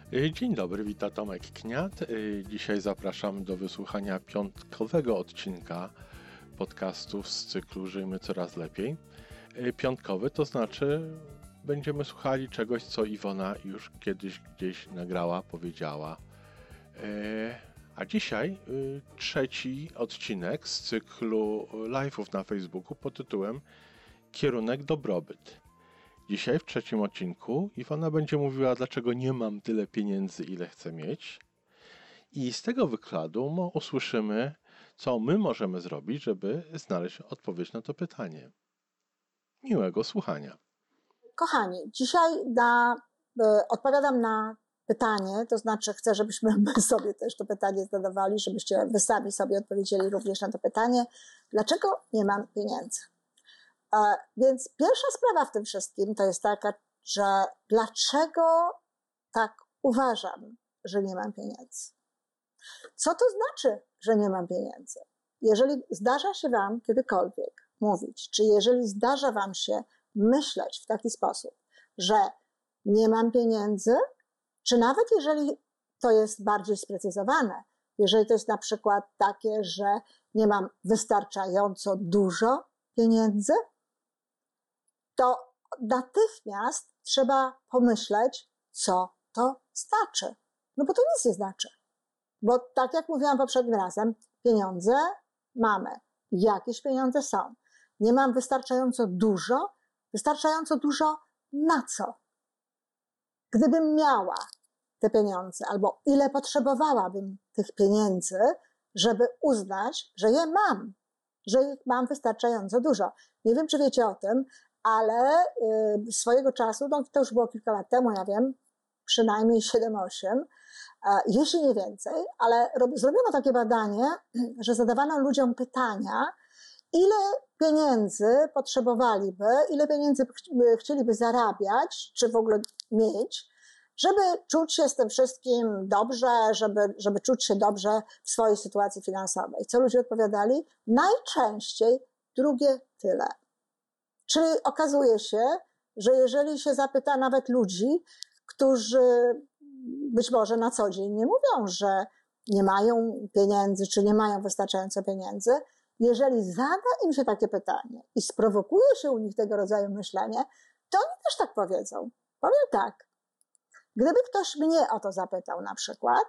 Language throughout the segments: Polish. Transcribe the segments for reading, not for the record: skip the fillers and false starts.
Dzień dobry, witam Tomek Kniat. Dzisiaj zapraszam do wysłuchania piątkowego odcinka podcastów z cyklu Żyjmy Coraz Lepiej. Piątkowy to znaczy będziemy słuchali czegoś, co Iwona już kiedyś gdzieś nagrała, powiedziała. A dzisiaj trzeci odcinek z cyklu live'ów na Facebooku pod tytułem Kierunek dobrobyt. Dzisiaj w trzecim odcinku Iwona będzie mówiła, dlaczego nie mam tyle pieniędzy, ile chcę mieć. I z tego wykładu usłyszymy, co my możemy zrobić, żeby znaleźć odpowiedź na to pytanie. Miłego słuchania. Kochani, dzisiaj odpowiadam na pytanie, to znaczy chcę, żebyśmy my sobie też to pytanie zadawali, żebyście wy sami sobie odpowiedzieli również na to pytanie, dlaczego nie mam pieniędzy. Więc pierwsza sprawa w tym wszystkim to jest taka, że dlaczego tak uważam, że nie mam pieniędzy? Co to znaczy, że nie mam pieniędzy? Jeżeli zdarza się wam kiedykolwiek mówić, czy jeżeli zdarza wam się myśleć w taki sposób, że nie mam pieniędzy, czy nawet jeżeli to jest bardziej sprecyzowane, jeżeli to jest na przykład takie, że nie mam wystarczająco dużo pieniędzy, to natychmiast trzeba pomyśleć, co to znaczy. No bo to nic nie znaczy. Bo tak jak mówiłam poprzednim razem, pieniądze mamy. Jakieś pieniądze są. Nie mam wystarczająco dużo. Wystarczająco dużo na co? Gdybym miała te pieniądze, albo ile potrzebowałabym tych pieniędzy, żeby uznać, że je mam. Że ich mam wystarczająco dużo. Nie wiem, czy wiecie o tym, ale swojego czasu, no to już było kilka lat temu, ja wiem, przynajmniej 7-8, jeśli nie więcej, ale zrobiono takie badanie, że zadawano ludziom pytania, ile pieniędzy potrzebowaliby, ile pieniędzy chcieliby zarabiać, czy w ogóle mieć, żeby czuć się z tym wszystkim dobrze, żeby czuć się dobrze w swojej sytuacji finansowej. Co ludzie odpowiadali? Najczęściej drugie tyle. Czyli okazuje się, że jeżeli się zapyta nawet ludzi, którzy być może na co dzień nie mówią, że nie mają pieniędzy, czy nie mają wystarczająco pieniędzy, jeżeli zada im się takie pytanie i sprowokuje się u nich tego rodzaju myślenie, to oni też tak powiedzą. Powiem tak, gdyby ktoś mnie o to zapytał na przykład,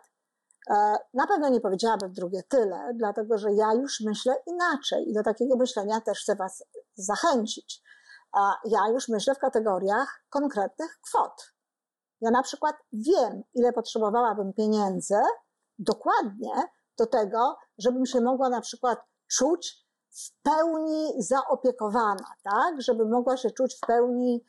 na pewno nie powiedziałabym drugie tyle, dlatego że ja już myślę inaczej i do takiego myślenia też chcę was zachęcić. Ja już myślę w kategoriach konkretnych kwot. Ja na przykład wiem, ile potrzebowałabym pieniędzy dokładnie do tego, żebym się mogła na przykład czuć w pełni zaopiekowana, tak? Żebym mogła się czuć w pełni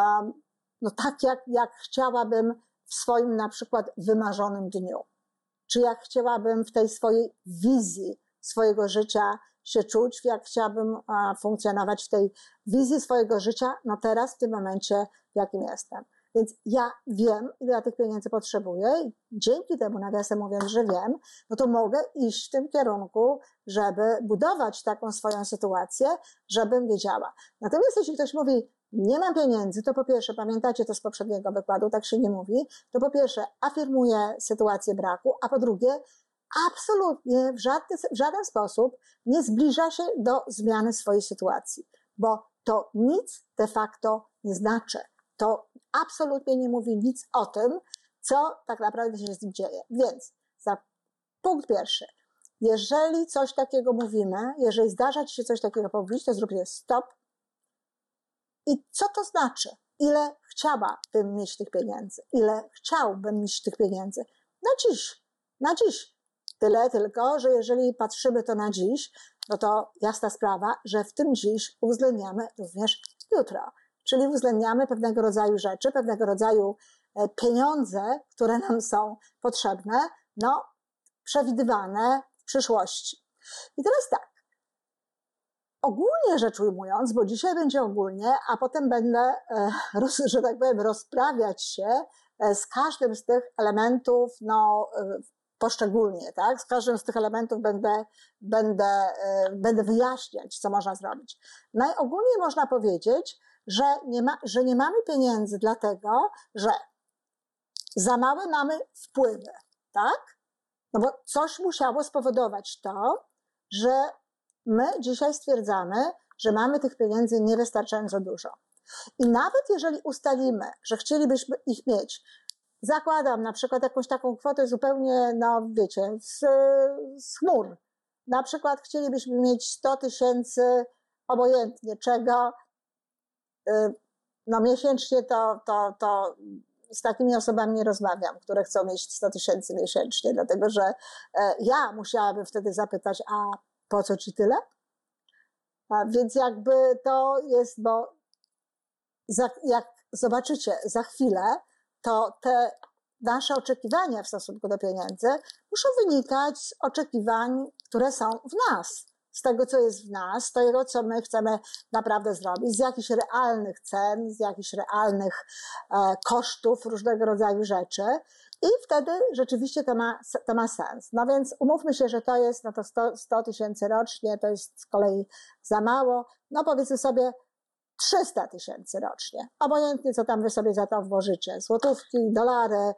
no tak, jak chciałabym w swoim na przykład wymarzonym dniu. Czy jak chciałabym w tej swojej wizji swojego życia się czuć, jak chciałabym funkcjonować w tej wizji swojego życia, no teraz, w tym momencie, w jakim jestem. Więc ja wiem, ile ja tych pieniędzy potrzebuję i dzięki temu, nawiasem mówiąc, że wiem, no to mogę iść w tym kierunku, żeby budować taką swoją sytuację, żebym wiedziała. Natomiast jeśli ktoś mówi, nie mam pieniędzy, to po pierwsze, pamiętacie to z poprzedniego wykładu, tak się nie mówi, to po pierwsze afirmuje sytuację braku, a po drugie absolutnie w żaden sposób nie zbliża się do zmiany swojej sytuacji, bo to nic de facto nie znaczy. To absolutnie nie mówi nic o tym, co tak naprawdę się z nim dzieje. Więc za punkt pierwszy, jeżeli coś takiego mówimy, jeżeli zdarza ci się coś takiego powiedzieć, to zrób stop. I co to znaczy? Ile chciałabym mieć tych pieniędzy? Ile chciałbym mieć tych pieniędzy? Na dziś. Tyle tylko, że jeżeli patrzymy to na dziś, no to jasna sprawa, że w tym dziś uwzględniamy również jutro. Czyli uwzględniamy pewnego rodzaju rzeczy, pewnego rodzaju pieniądze, które nam są potrzebne, no przewidywane w przyszłości. I teraz tak, ogólnie rzecz ujmując, bo dzisiaj będzie ogólnie, a potem będę, że tak powiem, rozprawiać się z każdym z tych elementów, no poszczególnie, tak? Z każdym z tych elementów będę wyjaśniać, co można zrobić. Najogólniej można powiedzieć, że nie mamy pieniędzy dlatego, że za małe mamy wpływy, tak? No bo coś musiało spowodować to, że my dzisiaj stwierdzamy, że mamy tych pieniędzy niewystarczająco dużo. I nawet jeżeli ustalimy, że chcielibyśmy ich mieć, zakładam na przykład jakąś taką kwotę zupełnie, no wiecie, z chmur. Na przykład chcielibyśmy mieć 100 000, obojętnie czego, no miesięcznie to z takimi osobami nie rozmawiam, które chcą mieć 100 000 miesięcznie, dlatego że ja musiałabym wtedy zapytać, a po co ci tyle? A więc jakby to jest, bo jak zobaczycie za chwilę, to te nasze oczekiwania w stosunku do pieniędzy muszą wynikać z oczekiwań, które są w nas, z tego, co jest w nas, z tego, co my chcemy naprawdę zrobić, z jakichś realnych cen, z jakichś realnych kosztów różnego rodzaju rzeczy i wtedy rzeczywiście to ma sens. No więc umówmy się, że to jest no to 100 000 rocznie, to jest z kolei za mało, no powiedzmy sobie 300 000 rocznie. Obojętnie, co tam wy sobie za to włożycie. Złotówki, dolary,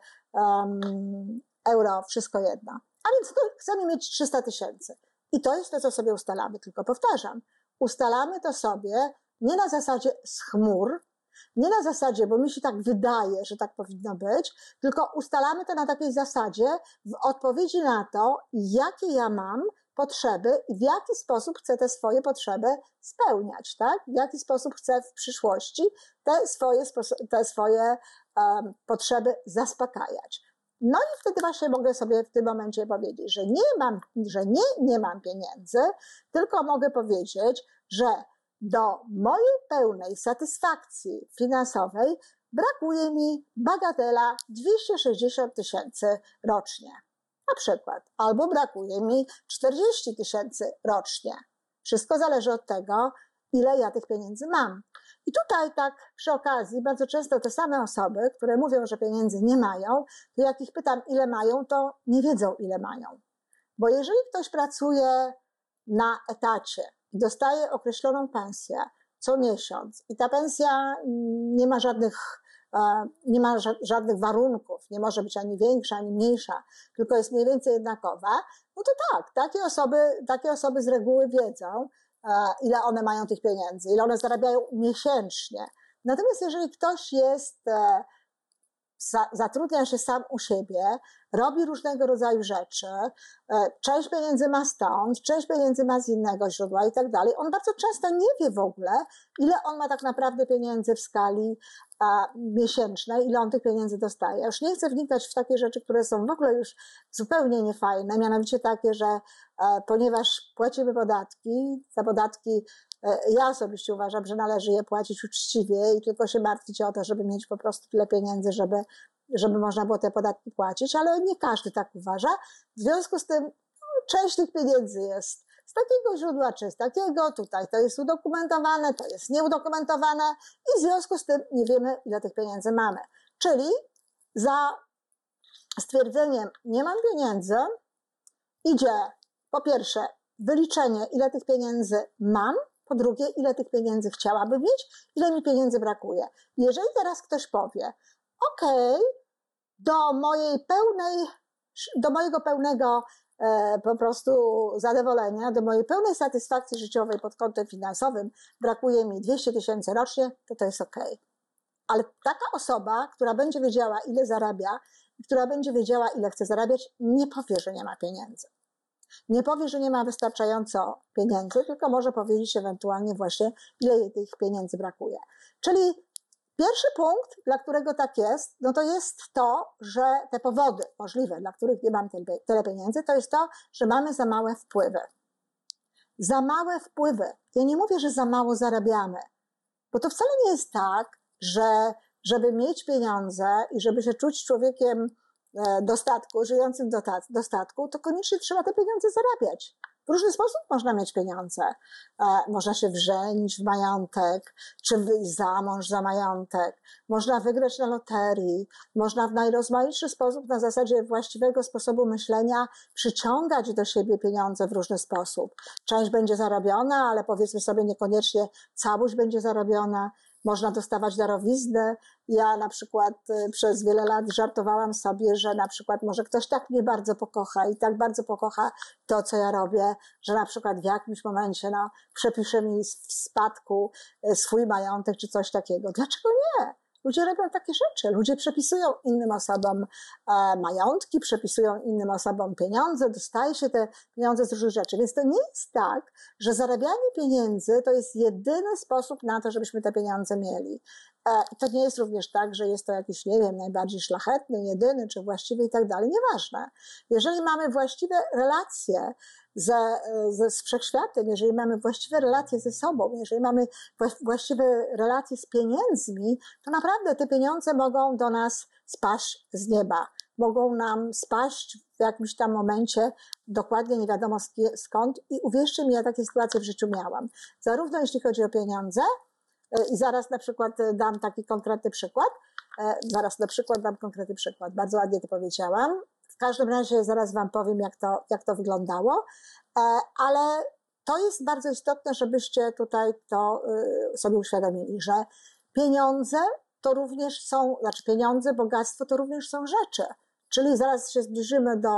euro, wszystko jedno. A więc chcemy mieć 300 000. I to jest to, co sobie ustalamy. Tylko powtarzam, ustalamy to sobie nie na zasadzie z chmur, nie na zasadzie, bo mi się tak wydaje, że tak powinno być, tylko ustalamy to na takiej zasadzie w odpowiedzi na to, jakie ja mam potrzeby i w jaki sposób chcę te swoje potrzeby spełniać, tak? W jaki sposób chcę w przyszłości te swoje potrzeby zaspokajać. No i wtedy właśnie mogę sobie w tym momencie powiedzieć, że nie mam pieniędzy, tylko mogę powiedzieć, że do mojej pełnej satysfakcji finansowej brakuje mi bagatela 260 000 rocznie. Na przykład, albo brakuje mi 40 000 rocznie. Wszystko zależy od tego, ile ja tych pieniędzy mam. I tutaj tak przy okazji bardzo często te same osoby, które mówią, że pieniędzy nie mają, to jak ich pytam, ile mają, to nie wiedzą, ile mają. Bo jeżeli ktoś pracuje na etacie i dostaje określoną pensję co miesiąc i ta pensja nie ma żadnych warunków, nie może być ani większa, ani mniejsza, tylko jest mniej więcej jednakowa, no to tak, takie osoby z reguły wiedzą, ile one mają tych pieniędzy, ile one zarabiają miesięcznie. Natomiast jeżeli ktoś zatrudnia się sam u siebie, robi różnego rodzaju rzeczy, część pieniędzy ma stąd, część pieniędzy ma z innego źródła i tak dalej. On bardzo często nie wie w ogóle, ile on ma tak naprawdę pieniędzy w skali miesięcznej, ile on tych pieniędzy dostaje. Ja już nie chcę wnikać w takie rzeczy, które są w ogóle już zupełnie niefajne, mianowicie takie, że ponieważ płacimy podatki, za podatki ja osobiście uważam, że należy je płacić uczciwie i tylko się martwić o to, żeby mieć po prostu tyle pieniędzy, żeby można było te podatki płacić, ale nie każdy tak uważa. W związku z tym część tych pieniędzy jest z takiego źródła czy z takiego, tutaj to jest udokumentowane, to jest nieudokumentowane i w związku z tym nie wiemy, ile tych pieniędzy mamy. Czyli za stwierdzeniem nie mam pieniędzy idzie po pierwsze wyliczenie, ile tych pieniędzy mam, po drugie, ile tych pieniędzy chciałabym mieć, ile mi pieniędzy brakuje. Jeżeli teraz ktoś powie, okej, do mojego pełnego po prostu zadowolenia, do mojej pełnej satysfakcji życiowej pod kątem finansowym brakuje mi 200 000 rocznie, to jest okej. Ale taka osoba, która będzie wiedziała, ile zarabia, która będzie wiedziała, ile chce zarabiać, nie powie, że nie ma pieniędzy. Nie powie, że nie ma wystarczająco pieniędzy, tylko może powiedzieć ewentualnie właśnie, ile jej tych pieniędzy brakuje. Czyli pierwszy punkt, dla którego tak jest, no to jest to, że te powody możliwe, dla których nie mam tyle pieniędzy, to jest to, że mamy za małe wpływy. Za małe wpływy. Ja nie mówię, że za mało zarabiamy, bo to wcale nie jest tak, że żeby mieć pieniądze i żeby się czuć człowiekiem dostatku, żyjącym dostatku, to koniecznie trzeba te pieniądze zarabiać. W różny sposób można mieć pieniądze. Można się wżenić w majątek, czy wyjść za mąż za majątek. Można wygrać na loterii. Można w najrozmaitszy sposób, na zasadzie właściwego sposobu myślenia, przyciągać do siebie pieniądze w różny sposób. Część będzie zarobiona, ale powiedzmy sobie niekoniecznie całość będzie zarobiona. można dostawać darowizny. Ja na przykład przez wiele lat żartowałam sobie, że na przykład może ktoś tak mnie bardzo pokocha i tak bardzo pokocha to, co ja robię, że na przykład w jakimś momencie przepisze mi w spadku swój majątek czy coś takiego. Dlaczego nie? Ludzie robią takie rzeczy. Ludzie przepisują innym osobom majątki, przepisują innym osobom pieniądze, dostaje się te pieniądze z różnych rzeczy. Więc to nie jest tak, że zarabianie pieniędzy to jest jedyny sposób na to, żebyśmy te pieniądze mieli. I to nie jest również tak, że jest to jakiś, nie wiem, najbardziej szlachetny, jedyny czy właściwy i tak dalej. Nieważne. Jeżeli mamy właściwe relacje z wszechświatem, jeżeli mamy właściwe relacje ze sobą, jeżeli mamy właściwe relacje z pieniędzmi, to naprawdę te pieniądze mogą do nas spaść z nieba. Mogą nam spaść w jakimś tam momencie, dokładnie nie wiadomo skąd. I uwierzcie mi, ja takie sytuacje w życiu miałam. Zarówno jeśli chodzi o pieniądze, i zaraz na przykład dam taki konkretny przykład. Bardzo ładnie to powiedziałam. W każdym razie zaraz wam powiem, jak to wyglądało. Ale to jest bardzo istotne, żebyście tutaj to sobie uświadomili, że pieniądze to również są, bogactwo to również są rzeczy. Czyli zaraz się zbliżymy do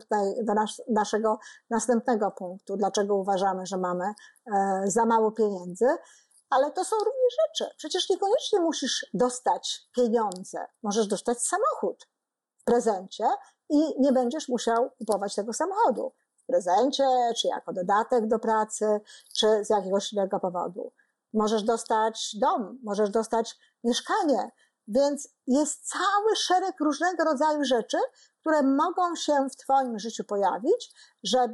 naszego następnego punktu, dlaczego uważamy, że mamy za mało pieniędzy. Ale to są również rzeczy. Przecież niekoniecznie musisz dostać pieniądze. Możesz dostać samochód w prezencie i nie będziesz musiał kupować tego samochodu w prezencie, czy jako dodatek do pracy, czy z jakiegoś innego powodu. Możesz dostać dom, możesz dostać mieszkanie, więc jest cały szereg różnego rodzaju rzeczy, które mogą się w twoim życiu pojawić, że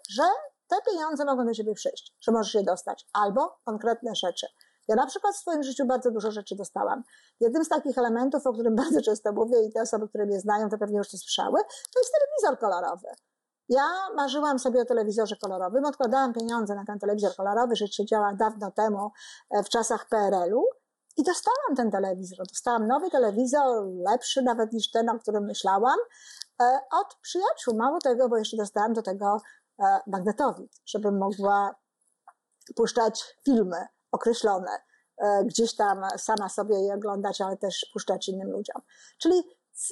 te pieniądze mogą do ciebie przyjść, że możesz je dostać, albo konkretne rzeczy. Ja na przykład w swoim życiu bardzo dużo rzeczy dostałam. Jednym z takich elementów, o którym bardzo często mówię i te osoby, które mnie znają, to pewnie już to słyszały, to jest telewizor kolorowy. Ja marzyłam sobie o telewizorze kolorowym, odkładałam pieniądze na ten telewizor kolorowy, rzecz się działa dawno temu, w czasach PRL-u i dostałam ten telewizor. Dostałam nowy telewizor, lepszy nawet niż ten, o którym myślałam, od przyjaciół. Mało tego, bo jeszcze dostałam do tego magnetowid, żebym mogła puszczać filmy określone, gdzieś tam sama sobie je oglądać, ale też puszczać innym ludziom. Czyli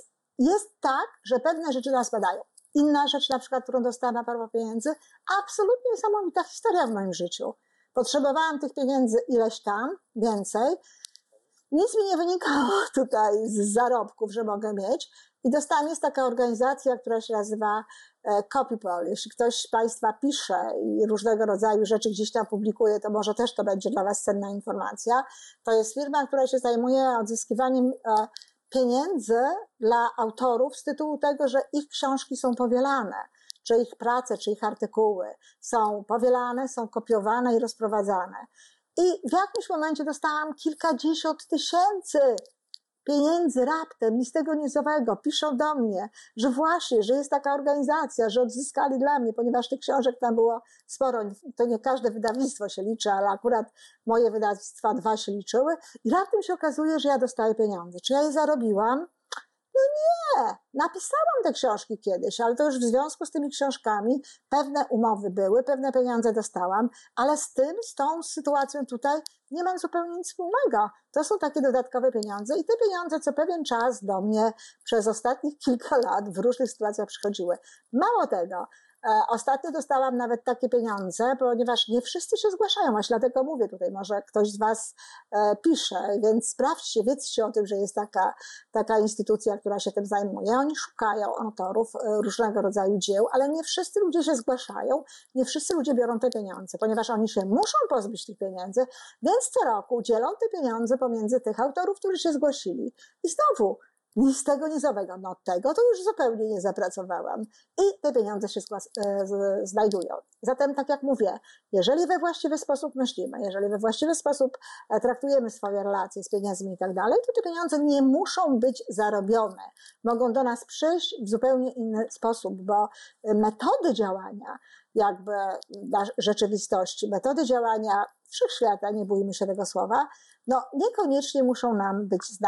jest tak, że pewne rzeczy nas badają. Inna rzecz, na przykład, którą dostałam na propos pieniędzy, absolutnie niesamowita historia w moim życiu. Potrzebowałam tych pieniędzy ileś tam, więcej. Nic mi nie wynikało tutaj z zarobków, że mogę mieć. I dostałam, jest taka organizacja, która się nazywa Copypol. Jeśli ktoś z Państwa pisze i różnego rodzaju rzeczy gdzieś tam publikuje, to może też to będzie dla Was cenna informacja. To jest firma, która się zajmuje odzyskiwaniem pieniędzy dla autorów z tytułu tego, że ich książki są powielane, czy ich prace, czy ich artykuły są powielane, są kopiowane i rozprowadzane. I w jakimś momencie dostałam kilkadziesiąt tysięcy pieniędzy raptem, nic tego nizowego. Piszą do mnie, że właśnie, że jest taka organizacja, że odzyskali dla mnie, ponieważ tych książek tam było sporo. To nie każde wydawnictwo się liczy, ale akurat moje wydawnictwa 2 się liczyły. I raptem się okazuje, że ja dostaję pieniądze. Czy ja je zarobiłam? No nie, napisałam te książki kiedyś, ale to już w związku z tymi książkami pewne umowy były, pewne pieniądze dostałam, ale z tą sytuacją tutaj nie mam zupełnie nic wspólnego. To są takie dodatkowe pieniądze i te pieniądze co pewien czas do mnie przez ostatnich kilka lat w różnych sytuacjach przychodziły. Mało tego, ostatnio dostałam nawet takie pieniądze, ponieważ nie wszyscy się zgłaszają, właśnie dlatego mówię tutaj, może ktoś z Was pisze, więc sprawdźcie, wiedzcie o tym, że jest taka instytucja, która się tym zajmuje. Oni szukają autorów różnego rodzaju dzieł, ale nie wszyscy ludzie się zgłaszają, nie wszyscy ludzie biorą te pieniądze, ponieważ oni się muszą pozbyć tych pieniędzy, więc co roku dzielą te pieniądze pomiędzy tych autorów, którzy się zgłosili. I znowu, nic z tego nizowego. No tego to już zupełnie nie zapracowałam. I te pieniądze się znajdują. Zatem, tak jak mówię, jeżeli we właściwy sposób myślimy, jeżeli we właściwy sposób traktujemy swoje relacje z pieniędzmi i tak dalej, to te pieniądze nie muszą być zarobione. Mogą do nas przyjść w zupełnie inny sposób, bo metody działania jakby rzeczywistości, metody działania wszechświata, nie bójmy się tego słowa, no niekoniecznie muszą nam być znane.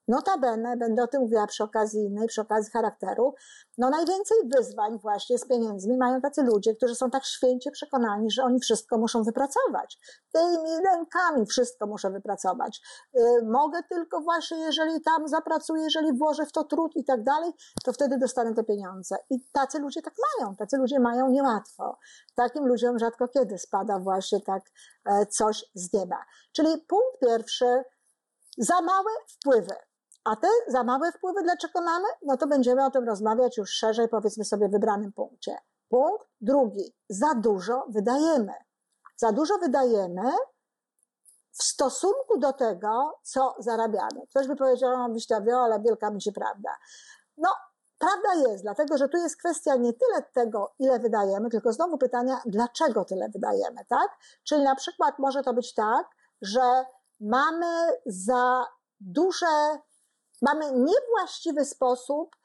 Notabene, będę o tym mówiła przy okazji innej, przy okazji charakteru, no najwięcej wyzwań właśnie z pieniędzmi mają tacy ludzie, którzy są tak święcie przekonani, że oni wszystko muszą wypracować. Tymi rękami wszystko muszę wypracować. Mogę tylko właśnie, jeżeli tam zapracuję, jeżeli włożę w to trud i tak dalej, to wtedy dostanę te pieniądze. I tacy ludzie tak mają. Tacy ludzie mają niełatwo. Takim ludziom rzadko kiedy spada właśnie tak coś z nieba. Czyli punkt pierwszy, za małe wpływy. A te za małe wpływy dlaczego mamy? No to będziemy o tym rozmawiać już szerzej, powiedzmy sobie w wybranym punkcie. Punkt drugi. Za dużo wydajemy. Za dużo wydajemy w stosunku do tego, co zarabiamy. Ktoś by powiedział, no Wiśnia, ale wielka mi się prawda. No, prawda jest, dlatego że tu jest kwestia nie tyle tego, ile wydajemy, tylko znowu pytania, dlaczego tyle wydajemy, tak? Czyli na przykład może to być tak, że mamy za duże, mamy niewłaściwy sposób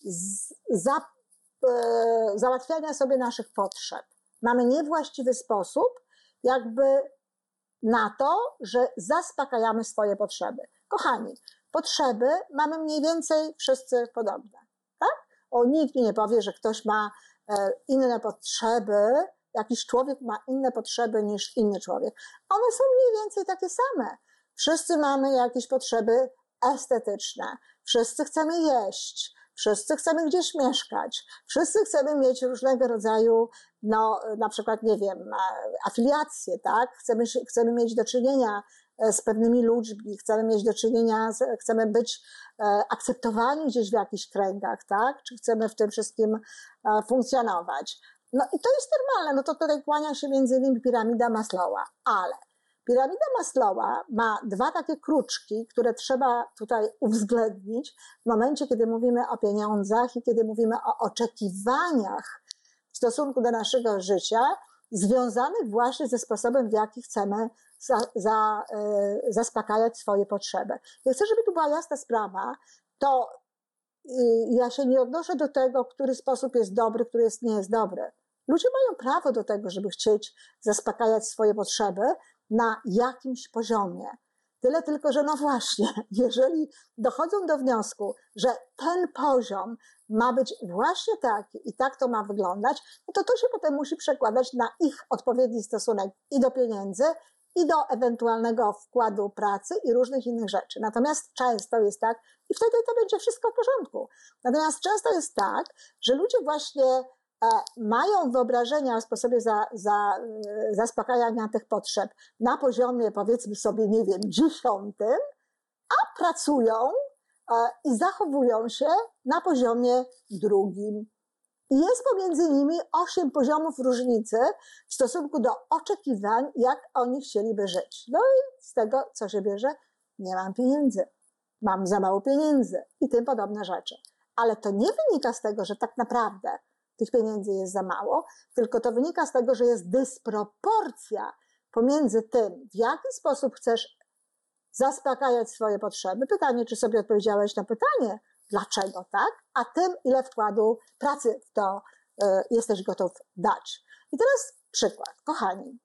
załatwiania sobie naszych potrzeb. Mamy niewłaściwy sposób jakby na to, że zaspokajamy swoje potrzeby. Kochani, potrzeby mamy mniej więcej wszyscy podobne, tak? Nikt mi nie powie, że ktoś ma inne potrzeby, jakiś człowiek ma inne potrzeby niż inny człowiek. One są mniej więcej takie same. Wszyscy mamy jakieś potrzeby estetyczne. Wszyscy chcemy jeść. Wszyscy chcemy gdzieś mieszkać. Wszyscy chcemy mieć różnego rodzaju, no, na przykład, nie wiem, afiliacje, tak? Chcemy mieć do czynienia z pewnymi ludźmi, chcemy mieć do czynienia, chcemy być akceptowani gdzieś w jakichś kręgach, tak? Czy chcemy w tym wszystkim funkcjonować. No i to jest normalne, no to tutaj kłania się między innymi piramida Maslowa, ale piramida Maslowa ma dwa takie kruczki, które trzeba tutaj uwzględnić w momencie, kiedy mówimy o pieniądzach i kiedy mówimy o oczekiwaniach w stosunku do naszego życia, związanych właśnie ze sposobem, w jaki chcemy zaspokajać swoje potrzeby. Ja chcę, żeby tu była jasna sprawa, to ja się nie odnoszę do tego, który sposób jest dobry, który nie jest dobry. Ludzie mają prawo do tego, żeby chcieć zaspokajać swoje potrzeby na jakimś poziomie. Tyle tylko, że no właśnie, jeżeli dochodzą do wniosku, że ten poziom ma być właśnie taki i tak to ma wyglądać, no to się potem musi przekładać na ich odpowiedni stosunek i do pieniędzy, i do ewentualnego wkładu pracy i różnych innych rzeczy. Natomiast często jest tak, i wtedy to będzie wszystko w porządku. Natomiast często jest tak, że ludzie właśnie mają wyobrażenia o sposobie zaspokajania tych potrzeb na poziomie, powiedzmy sobie, nie wiem, 10, a pracują i zachowują się na poziomie 2. I jest pomiędzy nimi 8 poziomów różnicy w stosunku do oczekiwań, jak oni chcieliby żyć. No i z tego, co się bierze, nie mam pieniędzy, mam za mało pieniędzy i tym podobne rzeczy. Ale to nie wynika z tego, że tak naprawdę tych pieniędzy jest za mało, tylko to wynika z tego, że jest dysproporcja pomiędzy tym, w jaki sposób chcesz zaspokajać swoje potrzeby. Pytanie, czy sobie odpowiedziałeś na pytanie, dlaczego tak, a tym, ile wkładu pracy w to jesteś gotów dać. I teraz przykład. Kochani,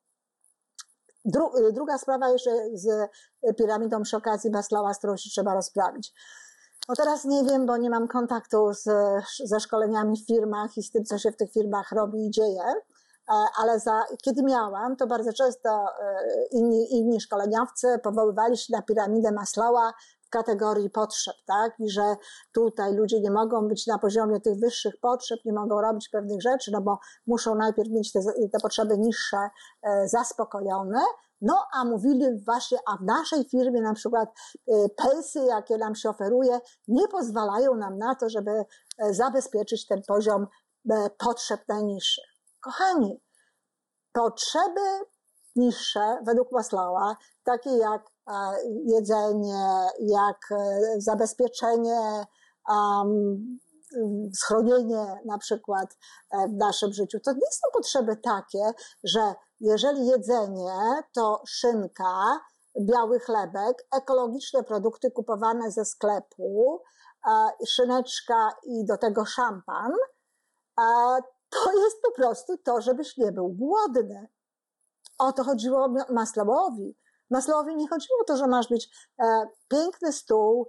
druga sprawa jeszcze z piramidą przy okazji Maslowa, z którą się trzeba rozprawić. No teraz nie wiem, bo nie mam kontaktu ze szkoleniami w firmach i z tym, co się w tych firmach robi i dzieje, ale kiedy miałam, to bardzo często inni szkoleniowcy powoływali się na piramidę Maslowa w kategorii potrzeb, tak? I że tutaj ludzie nie mogą być na poziomie tych wyższych potrzeb, nie mogą robić pewnych rzeczy, no bo muszą najpierw mieć te potrzeby niższe zaspokojone. No a mówili właśnie, a w naszej firmie na przykład pensje, jakie nam się oferuje, nie pozwalają nam na to, żeby zabezpieczyć ten poziom potrzeb najniższych. Kochani, potrzeby niższe według Maslowa, takie jak jedzenie, jak zabezpieczenie, schronienie na przykład w naszym życiu, to nie są potrzeby takie, że jeżeli jedzenie to szynka, biały chlebek, ekologiczne produkty kupowane ze sklepu, szyneczka i do tego szampan, to jest po prostu to, żebyś nie był głodny. O to chodziło Maslowowi. Maslowowi nie chodziło o to, że masz mieć piękny stół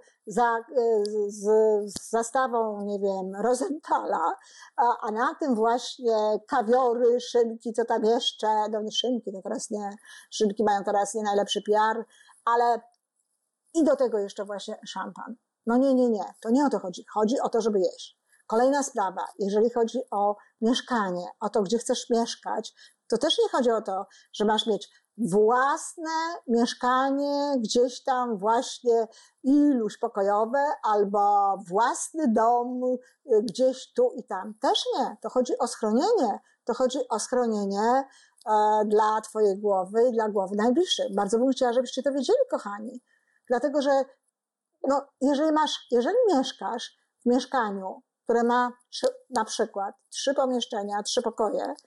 z zastawą, nie wiem, Rosenthala, a na tym właśnie kawiory, szynki, co tam jeszcze, no nie szynki, to teraz nie, szynki mają teraz nie najlepszy PR, ale i do tego jeszcze właśnie szampan. No nie, to nie o to chodzi. Chodzi o to, żeby jeść. Kolejna sprawa, jeżeli chodzi o mieszkanie, o to, gdzie chcesz mieszkać, to też nie chodzi o to, że masz mieć własne mieszkanie gdzieś tam właśnie iluś pokojowe albo własny dom gdzieś tu i tam. Też nie. To chodzi o schronienie. To chodzi o schronienie dla twojej głowy i dla głowy najbliższych. Bardzo bym chciała, żebyście to wiedzieli, kochani. Dlatego, że no, jeżeli mieszkasz w mieszkaniu, które ma na przykład 3 pomieszczenia, 3 pokoje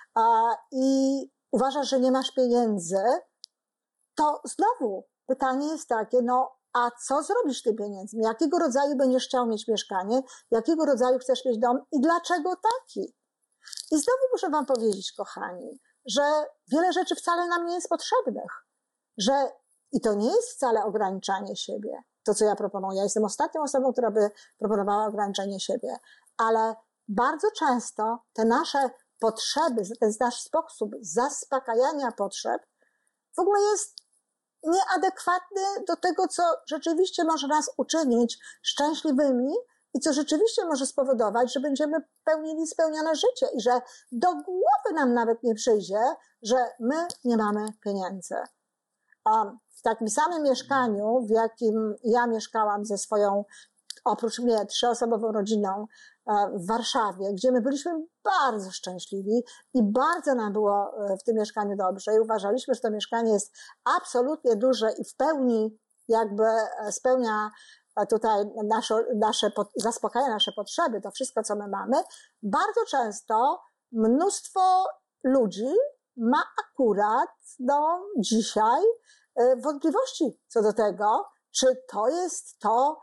i uważasz, że nie masz pieniędzy, to znowu pytanie jest takie, no a co zrobisz z tymi pieniędzmi? Jakiego rodzaju będziesz chciał mieć mieszkanie? Jakiego rodzaju chcesz mieć dom? I dlaczego taki? I znowu muszę wam powiedzieć, kochani, że wiele rzeczy wcale nam nie jest potrzebnych. I to nie jest wcale ograniczanie siebie, to co ja proponuję. Ja jestem ostatnią osobą, która by proponowała ograniczenie siebie, ale bardzo często te nasze potrzeby, ten nasz sposób zaspokajania potrzeb w ogóle jest nieadekwatny do tego, co rzeczywiście może nas uczynić szczęśliwymi i co rzeczywiście może spowodować, że będziemy pełnili spełnione życie i że do głowy nam nawet nie przyjdzie, że my nie mamy pieniędzy. W takim samym mieszkaniu, w jakim ja mieszkałam ze swoją, oprócz mnie, 3-osobową rodziną w Warszawie, gdzie my byliśmy bardzo szczęśliwi i bardzo nam było w tym mieszkaniu dobrze i uważaliśmy, że to mieszkanie jest absolutnie duże i w pełni jakby spełnia tutaj zaspokaja nasze potrzeby, to wszystko, co my mamy. Bardzo często mnóstwo ludzi ma akurat dzisiaj wątpliwości co do tego, czy to jest to,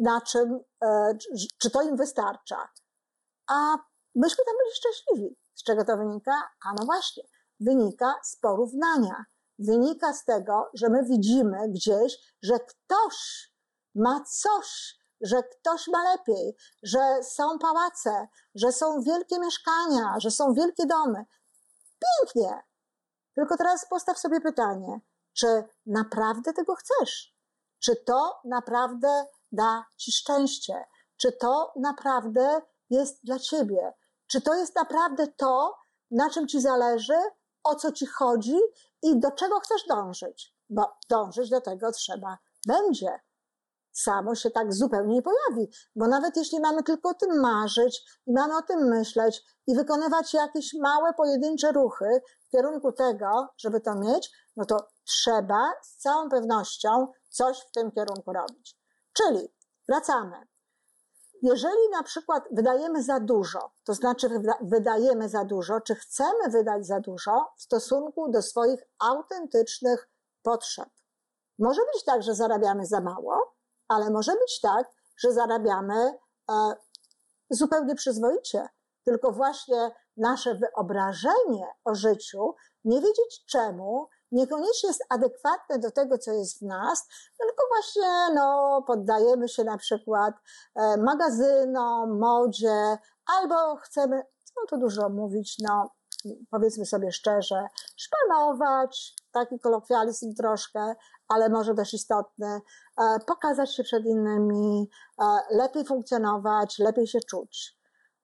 czy to im wystarcza. A myśmy tam byli szczęśliwi. Z czego to wynika? A no właśnie, wynika z porównania. Wynika z tego, że my widzimy gdzieś, że ktoś ma coś, że ktoś ma lepiej, że są pałace, że są wielkie mieszkania, że są wielkie domy. Pięknie. Tylko teraz postaw sobie pytanie, czy naprawdę tego chcesz? Czy to naprawdę da ci szczęście? Czy to naprawdę jest dla ciebie? Czy to jest naprawdę to, na czym ci zależy, o co ci chodzi i do czego chcesz dążyć? Bo dążyć do tego trzeba będzie. Samo się tak zupełnie nie pojawi, bo nawet jeśli mamy tylko o tym marzyć i mamy o tym myśleć i wykonywać jakieś małe, pojedyncze ruchy w kierunku tego, żeby to mieć, no to trzeba z całą pewnością coś w tym kierunku robić. Czyli wracamy. Jeżeli na przykład wydajemy za dużo, to znaczy wydajemy za dużo, czy chcemy wydać za dużo w stosunku do swoich autentycznych potrzeb. Może być tak, że zarabiamy za mało, ale może być tak, że zarabiamy zupełnie przyzwoicie. Tylko właśnie nasze wyobrażenie o życiu, nie wiedzieć czemu, niekoniecznie jest adekwatne do tego, co jest w nas, tylko właśnie poddajemy się na przykład magazynom, modzie, albo chcemy, co tu dużo mówić, powiedzmy sobie szczerze, szpanować, taki kolokwializm troszkę, ale może dość istotny, pokazać się przed innymi, lepiej funkcjonować, lepiej się czuć.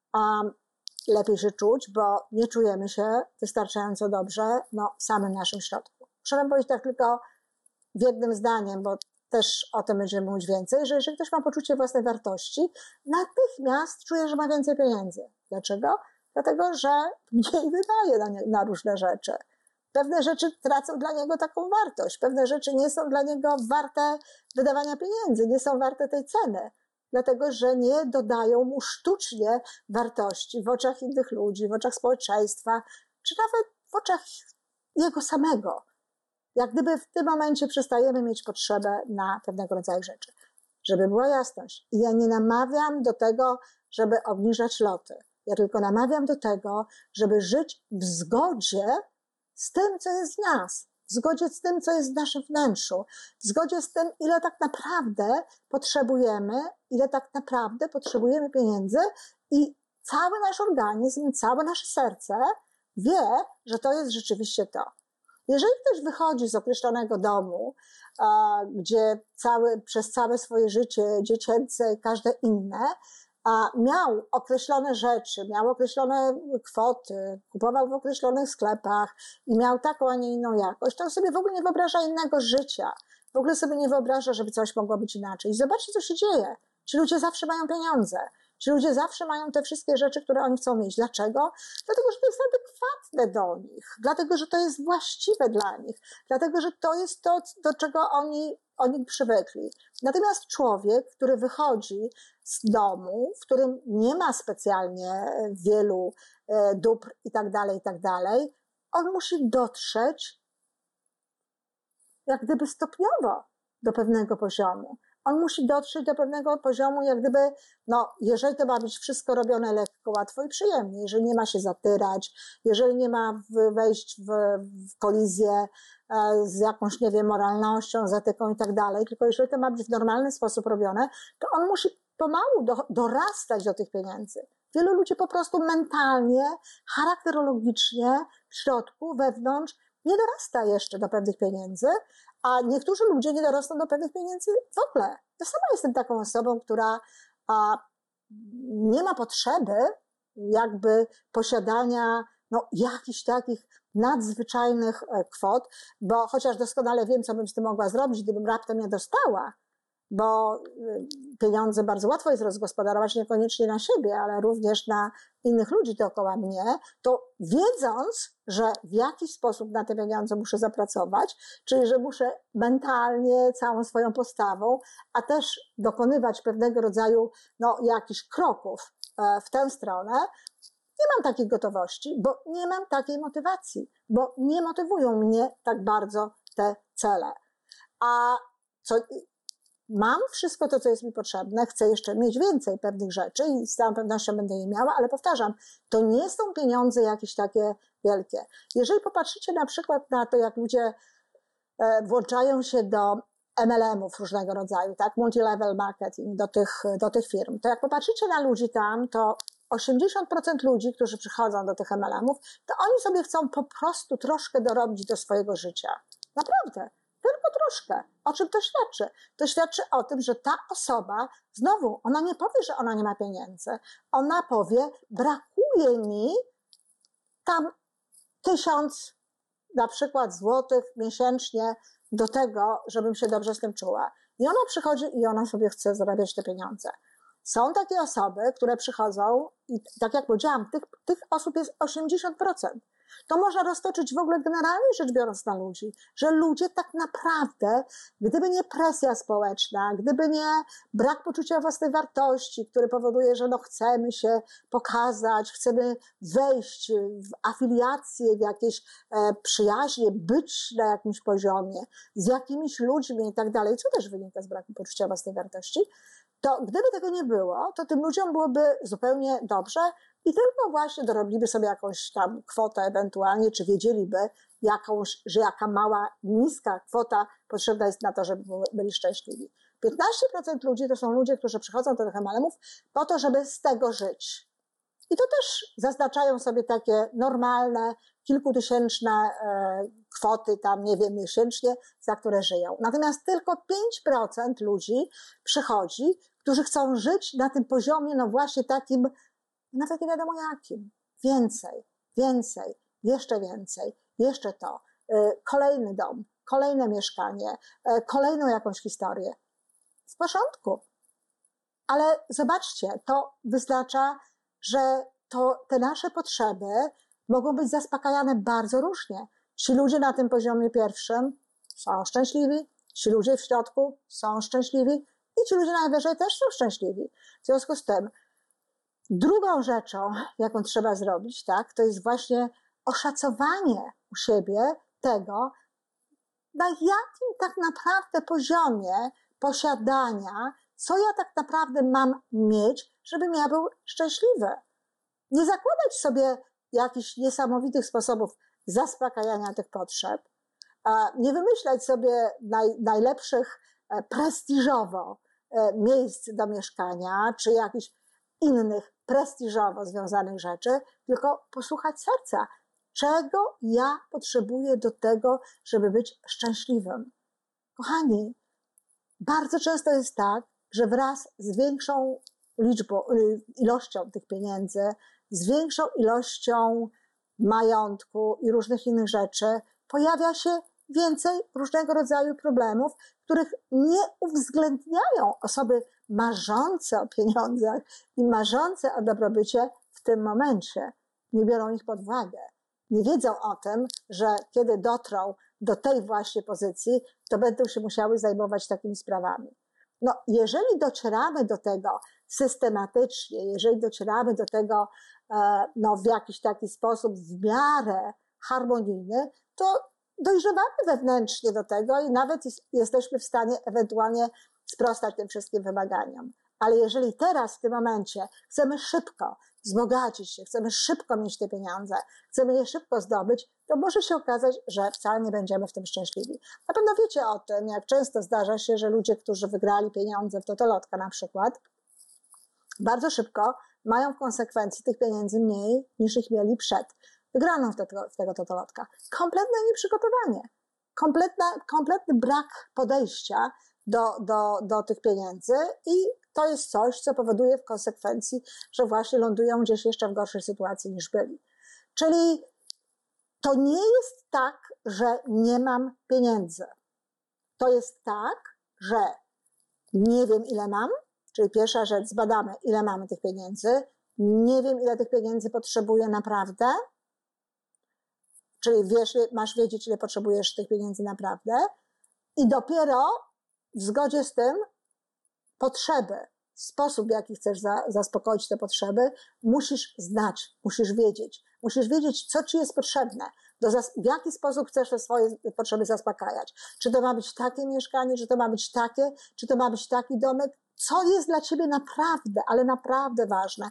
Lepiej się czuć, bo nie czujemy się wystarczająco dobrze w samym naszym środku. Muszę wam powiedzieć tak tylko w jednym zdaniem, bo też o tym będziemy mówić więcej, że jeżeli ktoś ma poczucie własnej wartości, natychmiast czuje, że ma więcej pieniędzy. Dlaczego? Dlatego, że mniej wydaje na różne rzeczy. Pewne rzeczy tracą dla niego taką wartość. Pewne rzeczy nie są dla niego warte wydawania pieniędzy, nie są warte tej ceny. Dlatego, że nie dodają mu sztucznie wartości w oczach innych ludzi, w oczach społeczeństwa, czy nawet w oczach jego samego. Jak gdyby w tym momencie przestajemy mieć potrzebę na pewnego rodzaju rzeczy. Żeby była jasność. I ja nie namawiam do tego, żeby obniżać loty. Ja tylko namawiam do tego, żeby żyć w zgodzie z tym, co jest w nas. w zgodzie z tym, co jest w naszym wnętrzu, w zgodzie z tym, ile tak naprawdę potrzebujemy pieniędzy i cały nasz organizm, całe nasze serce wie, że to jest rzeczywiście to. Jeżeli ktoś wychodzi z określonego domu, gdzie przez całe swoje życie dziecięce i każde inne, miał określone rzeczy, miał określone kwoty, kupował w określonych sklepach i miał taką, a nie inną jakość, to on sobie w ogóle nie wyobraża innego życia. W ogóle sobie nie wyobraża, żeby coś mogło być inaczej. I zobaczcie, co się dzieje. Ci ludzie zawsze mają pieniądze. Ci ludzie zawsze mają te wszystkie rzeczy, które oni chcą mieć. Dlaczego? Dlatego, że to jest adekwatne do nich. Dlatego, że to jest właściwe dla nich. Dlatego, że to jest to, do czego oni przywykli. Natomiast człowiek, który wychodzi z domu, w którym nie ma specjalnie wielu dóbr i tak dalej, on musi dotrzeć jak gdyby stopniowo do pewnego poziomu. On musi dotrzeć do pewnego poziomu, jak gdyby, jeżeli to ma być wszystko robione lekko, łatwo i przyjemnie, jeżeli nie ma się zatyrać, jeżeli nie ma wejść w kolizję z jakąś, nie wiem, moralnością, z etyką i tak dalej, tylko jeżeli to ma być w normalny sposób robione, to on musi pomału dorastać do tych pieniędzy. Wielu ludzi po prostu mentalnie, charakterologicznie w środku, wewnątrz nie dorasta jeszcze do pewnych pieniędzy, a niektórzy ludzie nie dorosną do pewnych pieniędzy w ogóle. Ja sama jestem taką osobą, która nie ma potrzeby jakby posiadania jakichś takich nadzwyczajnych kwot, bo chociaż doskonale wiem, co bym z tym mogła zrobić, gdybym raptem je dostała, bo pieniądze bardzo łatwo jest rozgospodarować, niekoniecznie na siebie, ale również na innych ludzi dookoła mnie, to wiedząc, że w jakiś sposób na te pieniądze muszę zapracować, czyli że muszę mentalnie, całą swoją postawą, a też dokonywać pewnego rodzaju jakichś kroków w tę stronę, nie mam takiej gotowości, bo nie mam takiej motywacji, bo nie motywują mnie tak bardzo te cele. A mam wszystko to, co jest mi potrzebne, chcę jeszcze mieć więcej pewnych rzeczy i z całą pewnością będę je miała, ale powtarzam, to nie są pieniądze jakieś takie wielkie. Jeżeli popatrzycie na przykład na to, jak ludzie włączają się do MLM-ów różnego rodzaju, tak, multi-level marketing do tych firm, to jak popatrzycie na ludzi tam, to 80% ludzi, którzy przychodzą do tych MLM-ów, to oni sobie chcą po prostu troszkę dorobić do swojego życia. Naprawdę. Tylko troszkę. O czym to świadczy? To świadczy o tym, że ta osoba, znowu, ona nie powie, że ona nie ma pieniędzy. Ona powie, brakuje mi tam 1000 na przykład złotych miesięcznie do tego, żebym się dobrze z tym czuła. I ona przychodzi i ona sobie chce zarabiać te pieniądze. Są takie osoby, które przychodzą i tak jak powiedziałam, tych osób jest 80%. To można roztoczyć w ogóle generalnie rzecz biorąc na ludzi, że ludzie tak naprawdę, gdyby nie presja społeczna, gdyby nie brak poczucia własnej wartości, który powoduje, że chcemy się pokazać, chcemy wejść w afiliację, w jakieś przyjaźnie, być na jakimś poziomie, z jakimiś ludźmi i tak dalej, co też wynika z braku poczucia własnej wartości, to gdyby tego nie było, to tym ludziom byłoby zupełnie dobrze i tylko właśnie dorobiliby sobie jakąś tam kwotę ewentualnie, czy wiedzieliby że jaka mała, niska kwota potrzebna jest na to, żeby byli szczęśliwi. 15% ludzi to są ludzie, którzy przychodzą do tych MLM-ów po to, żeby z tego żyć. I to też zaznaczają sobie takie normalne, kilkutysięczne kwoty tam, nie wiem, miesięcznie, za które żyją. Natomiast tylko 5% ludzi przychodzi, którzy chcą żyć na tym poziomie, właśnie takim, nawet nie wiadomo jakim. Więcej, jeszcze to. Kolejny dom, kolejne mieszkanie, kolejną jakąś historię. W porządku. Ale zobaczcie, to wyznacza, że te nasze potrzeby mogą być zaspokajane bardzo różnie. Ci ludzie na tym poziomie pierwszym są szczęśliwi, ci ludzie w środku są szczęśliwi i ci ludzie najwyżej też są szczęśliwi. W związku z tym drugą rzeczą, jaką trzeba zrobić, tak, to jest właśnie oszacowanie u siebie tego, na jakim tak naprawdę poziomie posiadania, co ja tak naprawdę mam mieć, żebym ja był szczęśliwy. Nie zakładać sobie jakichś niesamowitych sposobów zaspokajania tych potrzeb, Nie wymyślać sobie najlepszych prestiżowo miejsc do mieszkania, czy jakichś innych prestiżowo związanych rzeczy, tylko posłuchać serca. Czego ja potrzebuję do tego, żeby być szczęśliwym? Kochani, bardzo często jest tak, że wraz z większą ilością tych pieniędzy, z większą ilością majątku i różnych innych rzeczy pojawia się więcej różnego rodzaju problemów, których nie uwzględniają osoby marzące o pieniądzach i marzące o dobrobycie w tym momencie. Nie biorą ich pod uwagę. Nie wiedzą o tym, że kiedy dotrą do tej właśnie pozycji, to będą się musiały zajmować takimi sprawami. No, jeżeli docieramy do tego systematycznie, jeżeli docieramy do tego w jakiś taki sposób w miarę harmonijny, to dojrzewamy wewnętrznie do tego i nawet jesteśmy w stanie ewentualnie sprostać tym wszystkim wymaganiom. Ale jeżeli teraz w tym momencie chcemy szybko wzbogacić się, chcemy szybko mieć te pieniądze, chcemy je szybko zdobyć, to może się okazać, że wcale nie będziemy w tym szczęśliwi. Na pewno wiecie o tym, jak często zdarza się, że ludzie, którzy wygrali pieniądze w totolotka na przykład, bardzo szybko mają w konsekwencji tych pieniędzy mniej niż ich mieli przed wygraną w tego totolotka. Kompletne nieprzygotowanie, kompletny brak podejścia do tych pieniędzy i to jest coś, co powoduje w konsekwencji, że właśnie lądują gdzieś jeszcze w gorszej sytuacji niż byli. Czyli to nie jest tak, że nie mam pieniędzy. To jest tak, że nie wiem, ile mam, czyli pierwsza rzecz, zbadamy, ile mamy tych pieniędzy, nie wiem, ile tych pieniędzy potrzebuję naprawdę, czyli masz wiedzieć, ile potrzebujesz tych pieniędzy naprawdę i dopiero w zgodzie z tym potrzeby, sposób, w jaki chcesz zaspokoić te potrzeby, musisz znać, musisz wiedzieć, co ci jest potrzebne, w jaki sposób chcesz te swoje potrzeby zaspokajać. Czy to ma być takie mieszkanie, czy to ma być takie, czy to ma być taki domek, co jest dla ciebie naprawdę, ale naprawdę ważne,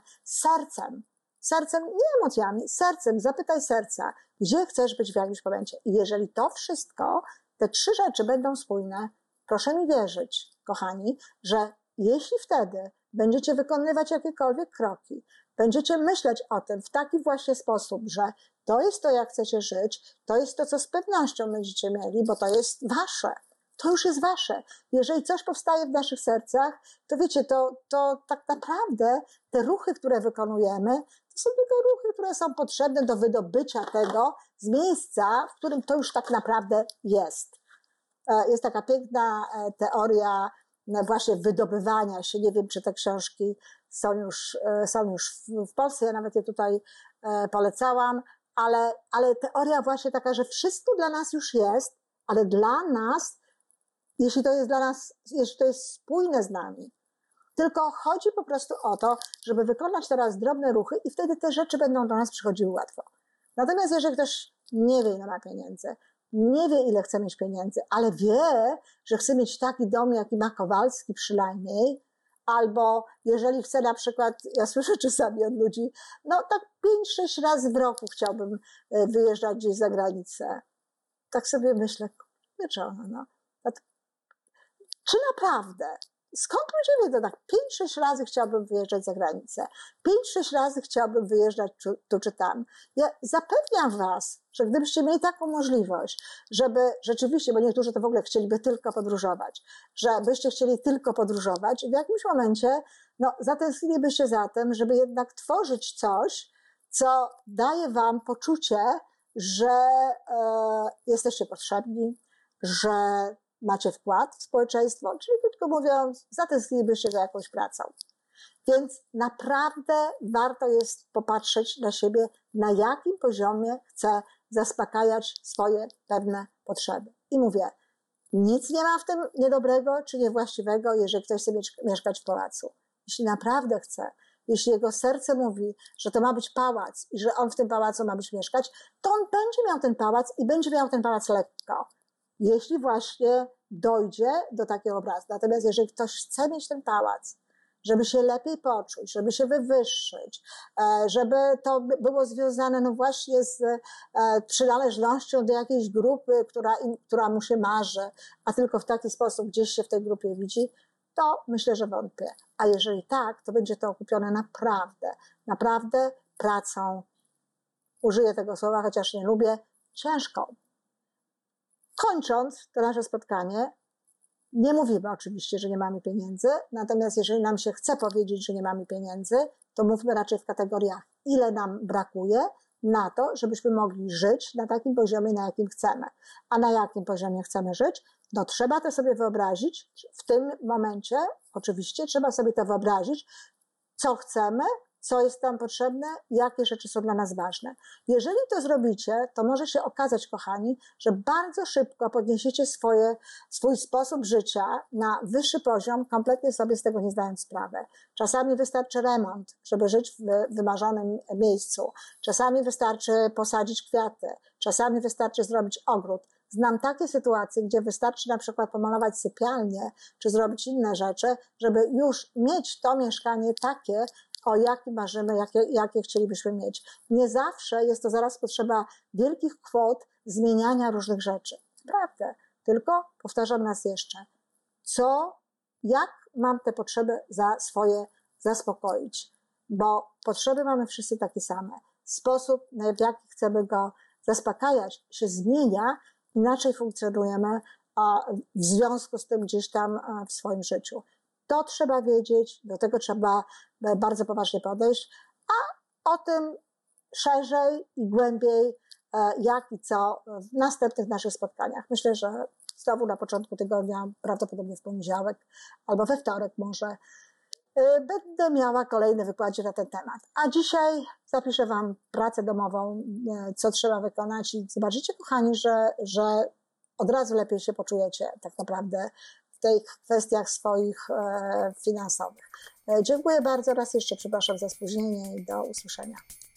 sercem, nie emocjami, sercem, zapytaj serca, gdzie chcesz być w jakimś momencie. I jeżeli to wszystko, te 3 rzeczy będą spójne, proszę mi wierzyć, kochani, że jeśli wtedy będziecie wykonywać jakiekolwiek kroki, będziecie myśleć o tym w taki właśnie sposób, że to jest to, jak chcecie żyć, to jest to, co z pewnością będziecie mieli, bo to jest wasze. To już jest wasze. Jeżeli coś powstaje w naszych sercach, to wiecie, to tak naprawdę te ruchy, które wykonujemy, to są tylko ruchy, które są potrzebne do wydobycia tego z miejsca, w którym to już tak naprawdę jest. Jest taka piękna teoria właśnie wydobywania się. Nie wiem, czy te książki są już w Polsce, ja nawet je tutaj polecałam, ale teoria właśnie taka, że wszystko dla nas już jest, ale dla nas, jeśli to jest spójne z nami. Tylko chodzi po prostu o to, żeby wykonać teraz drobne ruchy i wtedy te rzeczy będą do nas przychodziły łatwo. Natomiast jeżeli ktoś nie wie, ile ma pieniędzy, nie wie, ile chce mieć pieniędzy, ale wie, że chce mieć taki dom, jaki ma Kowalski przynajmniej, albo jeżeli chce na przykład, ja słyszę czasami od ludzi, no tak 5-6 razy w roku chciałbym wyjeżdżać gdzieś za granicę. Tak sobie myślę, kurczę, czy naprawdę? Skąd ludzie wiedzą tak? 5-6 razy chciałbym wyjeżdżać za granicę. 5-6 razy chciałbym wyjeżdżać tu czy tam. Ja zapewniam was, że gdybyście mieli taką możliwość, żeby rzeczywiście, bo niektórzy to w ogóle chcieliby tylko podróżować, żebyście chcieli tylko podróżować, w jakimś momencie zatęsknilibyście za tym, żeby jednak tworzyć coś, co daje wam poczucie, że jesteście potrzebni, że macie wkład w społeczeństwo, czyli krótko mówiąc, zatęsknilibyście za jakąś pracą. Więc naprawdę warto jest popatrzeć na siebie, na jakim poziomie chcę zaspokajać swoje pewne potrzeby. I mówię, nic nie ma w tym niedobrego czy niewłaściwego, jeżeli ktoś chce mieszkać w pałacu. Jeśli naprawdę chce, jeśli jego serce mówi, że to ma być pałac i że on w tym pałacu ma być mieszkać, to on będzie miał ten pałac i będzie miał ten pałac lekko. Jeśli właśnie dojdzie do takiego obrazu. Natomiast jeżeli ktoś chce mieć ten pałac, żeby się lepiej poczuć, żeby się wywyższyć, żeby to było związane no właśnie z przynależnością do jakiejś grupy, która mu się marzy, a tylko w taki sposób gdzieś się w tej grupie widzi, to myślę, że wątpię. A jeżeli tak, to będzie to okupione naprawdę pracą, użyję tego słowa, chociaż nie lubię, ciężką. Kończąc to nasze spotkanie, nie mówimy oczywiście, że nie mamy pieniędzy, natomiast jeżeli nam się chce powiedzieć, że nie mamy pieniędzy, to mówmy raczej w kategoriach, ile nam brakuje na to, żebyśmy mogli żyć na takim poziomie, na jakim chcemy. A na jakim poziomie chcemy żyć? No trzeba to sobie wyobrazić w tym momencie, oczywiście trzeba sobie to wyobrazić, co chcemy, co jest nam potrzebne, jakie rzeczy są dla nas ważne. Jeżeli to zrobicie, to może się okazać, kochani, że bardzo szybko podniesiecie swój sposób życia na wyższy poziom, kompletnie sobie z tego nie zdając sprawy. Czasami wystarczy remont, żeby żyć w wymarzonym miejscu. Czasami wystarczy posadzić kwiaty. Czasami wystarczy zrobić ogród. Znam takie sytuacje, gdzie wystarczy na przykład pomalować sypialnię, czy zrobić inne rzeczy, żeby już mieć to mieszkanie takie, o jakim marzymy, jakie chcielibyśmy mieć. Nie zawsze jest to zaraz potrzeba wielkich kwot zmieniania różnych rzeczy. Naprawdę. Tylko powtarzam raz jeszcze. Jak mam te potrzeby swoje zaspokoić? Bo potrzeby mamy wszyscy takie same. Sposób, w jaki chcemy go zaspokajać, się zmienia, inaczej funkcjonujemy w związku z tym gdzieś tam w swoim życiu. To trzeba wiedzieć, do tego trzeba bardzo poważnie podejść, a o tym szerzej i głębiej, jak i co w następnych naszych spotkaniach. Myślę, że znowu na początku tygodnia, prawdopodobnie w poniedziałek albo we wtorek może, będę miała kolejny wykładzie na ten temat. A dzisiaj zapiszę Wam pracę domową, co trzeba wykonać i zobaczycie, kochani, że od razu lepiej się poczujecie tak naprawdę w tych kwestiach swoich finansowych. Dziękuję bardzo raz jeszcze, przepraszam za spóźnienie i do usłyszenia.